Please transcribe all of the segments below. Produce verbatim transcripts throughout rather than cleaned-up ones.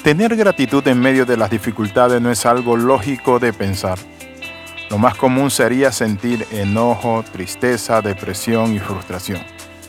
Tener gratitud en medio de las dificultades no es algo lógico de pensar. Lo más común sería sentir enojo, tristeza, depresión y frustración.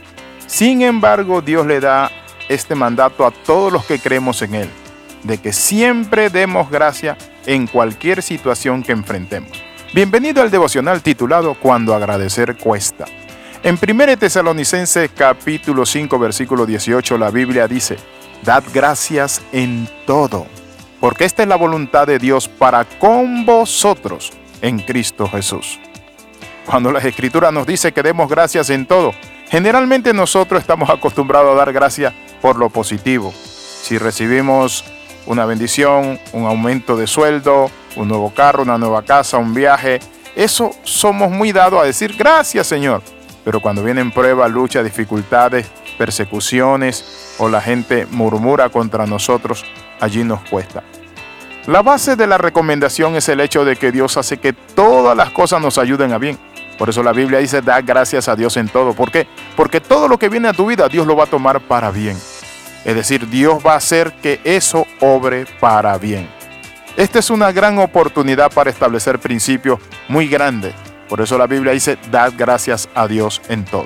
Sin embargo, Dios le da este mandato a todos los que creemos en Él, de que siempre demos gracia en cualquier situación que enfrentemos. Bienvenido al devocional titulado Cuando agradecer cuesta. En primera Tesalonicenses capítulo cinco, versículo dieciocho, la Biblia dice: Dad gracias en todo, porque esta es la voluntad de Dios para con vosotros en Cristo Jesús. Cuando la Escritura nos dice que demos gracias en todo, generalmente nosotros estamos acostumbrados a dar gracias por lo positivo. Si recibimos una bendición, un aumento de sueldo, un nuevo carro, una nueva casa, un viaje, eso somos muy dados a decir gracias, Señor. Pero cuando vienen pruebas, luchas, dificultades, persecuciones o la gente murmura contra nosotros, allí nos cuesta. La base de la recomendación es el hecho de que Dios hace que todas las cosas nos ayuden a bien. Por eso la Biblia dice: da gracias a Dios en todo. ¿Por qué? Porque todo lo que viene a tu vida, Dios lo va a tomar para bien. Es decir, Dios va a hacer que eso obre para bien. Esta es una gran oportunidad para establecer principios muy grandes. Por eso la Biblia dice: dad gracias a Dios en todo.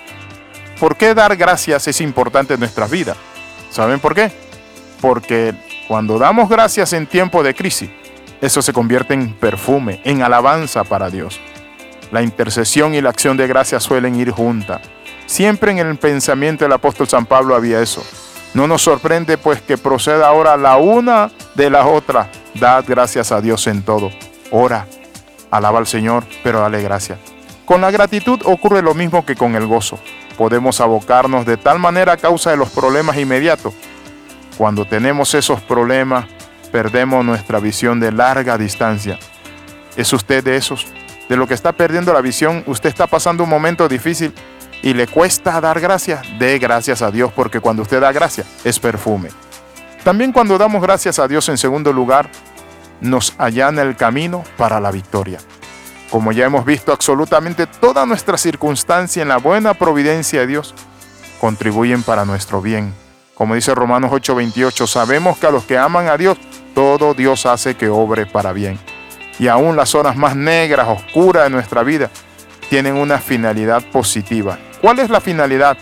¿Por qué dar gracias es importante en nuestras vidas? ¿Saben por qué? Porque cuando damos gracias en tiempo de crisis, eso se convierte en perfume, en alabanza para Dios. La intercesión y la acción de gracias suelen ir juntas. Siempre en el pensamiento del apóstol San Pablo había eso. No nos sorprende pues que proceda ahora la una de la otra. Dad gracias a Dios en todo. Ora, alaba al Señor, pero dale gracias. Con la gratitud ocurre lo mismo que con el gozo. Podemos abocarnos de tal manera a causa de los problemas inmediatos. Cuando tenemos esos problemas, perdemos nuestra visión de larga distancia. ¿Es usted de esos? De lo que está perdiendo la visión, usted está pasando un momento difícil y le cuesta dar gracias. Dé gracias a Dios, porque cuando usted da gracias, es perfume. También cuando damos gracias a Dios, en segundo lugar, nos allana el camino para la victoria. Como ya hemos visto, absolutamente toda nuestra circunstancia en la buena providencia de Dios contribuyen para nuestro bien. Como dice Romanos ocho veintiocho, sabemos que a los que aman a Dios, todo Dios hace que obre para bien. Y aún las zonas más negras, oscuras de nuestra vida, tienen una finalidad positiva. ¿Cuál es la finalidad?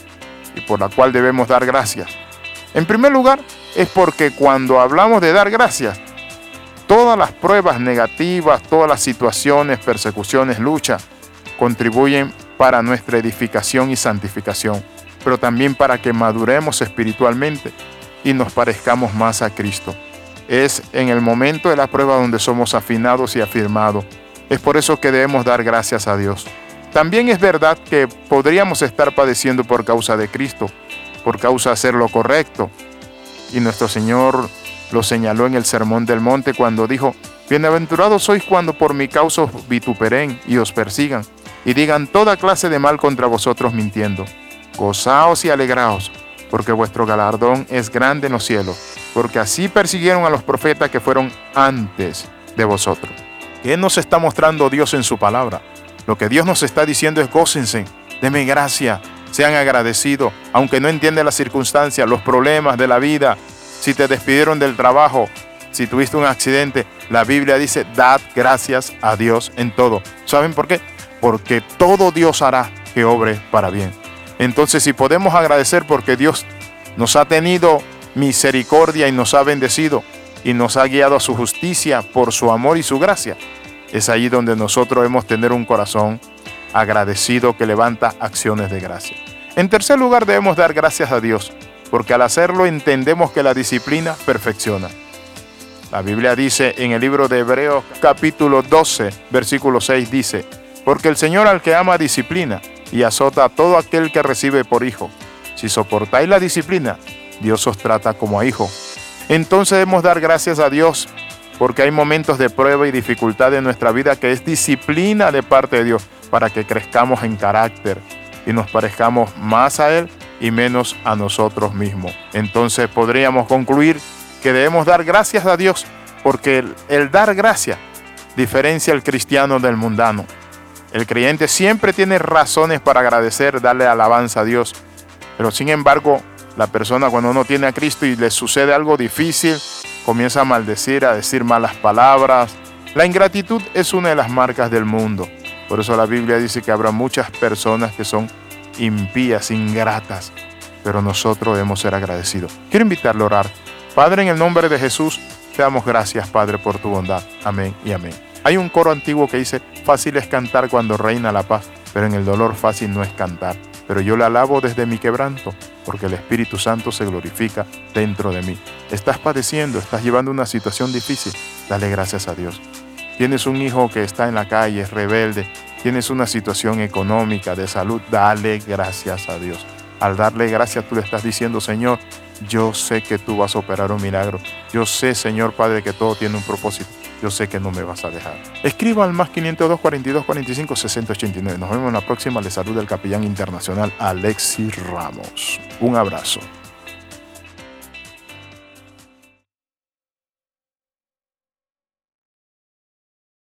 Y por la cual debemos dar gracias. En primer lugar, es porque cuando hablamos de dar gracias, todas las pruebas negativas, todas las situaciones, persecuciones, luchas, contribuyen para nuestra edificación y santificación, pero también para que maduremos espiritualmente y nos parezcamos más a Cristo. Es en el momento de la prueba donde somos afinados y afirmados. Es por eso que debemos dar gracias a Dios. También es verdad que podríamos estar padeciendo por causa de Cristo, por causa de hacer lo correcto. Y nuestro Señor lo señaló en el Sermón del Monte cuando dijo: bienaventurados sois cuando por mi causa os vituperen y os persigan, y digan toda clase de mal contra vosotros mintiendo. Gozaos y alegraos, porque vuestro galardón es grande en los cielos, porque así persiguieron a los profetas que fueron antes de vosotros. ¿Qué nos está mostrando Dios en su palabra? Lo que Dios nos está diciendo es: gócense, denme gracia, sean agradecidos, aunque no entiendan las circunstancias, los problemas de la vida. Si te despidieron del trabajo, si tuviste un accidente, la Biblia dice: dad gracias a Dios en todo. ¿Saben por qué? Porque todo Dios hará que obre para bien. Entonces, si podemos agradecer porque Dios nos ha tenido misericordia y nos ha bendecido y nos ha guiado a su justicia por su amor y su gracia, es ahí donde nosotros debemos tener un corazón agradecido que levanta acciones de gracia. En tercer lugar, debemos dar gracias a Dios, porque al hacerlo entendemos que la disciplina perfecciona. La Biblia dice en el libro de Hebreos capítulo doce, versículo seis, dice: porque el Señor al que ama disciplina y azota a todo aquel que recibe por hijo. Si soportáis la disciplina, Dios os trata como a hijo. Entonces debemos dar gracias a Dios, porque hay momentos de prueba y dificultad en nuestra vida que es disciplina de parte de Dios, para que crezcamos en carácter y nos parezcamos más a Él y menos a nosotros mismos. Entonces podríamos concluir que debemos dar gracias a Dios, porque el, el dar gracias diferencia al cristiano del mundano. El creyente siempre tiene razones para agradecer, darle alabanza a Dios, pero sin embargo La persona cuando no tiene a Cristo y le sucede algo difícil, comienza a maldecir, a decir malas palabras. La ingratitud es una de las marcas del mundo. Por eso la Biblia dice que habrá muchas personas que son impías, ingratas, pero nosotros debemos ser agradecidos. Quiero invitarle a orar. Padre, en el nombre de Jesús, te damos gracias, Padre, por tu bondad. Amén y amén. Hay un coro antiguo que dice, fácil es cantar cuando reina la paz, pero en el dolor fácil no es cantar. Pero yo le alabo desde mi quebranto, porque el Espíritu Santo se glorifica dentro de mí. Estás padeciendo, estás llevando una situación difícil, dale gracias a Dios. Tienes un hijo que está en la calle, es rebelde, tienes una situación económica, de salud, dale gracias a Dios. Al darle gracias tú le estás diciendo, Señor, yo sé que tú vas a operar un milagro. Yo sé, Señor Padre, que todo tiene un propósito. Yo sé que no me vas a dejar. Escriba al más quinientos dos, cuarenta y dos, cuarenta y cinco, sesenta, ochenta y nueve. Nos vemos en la próxima. Le saluda el capellán internacional Alexis Ramos. Un abrazo.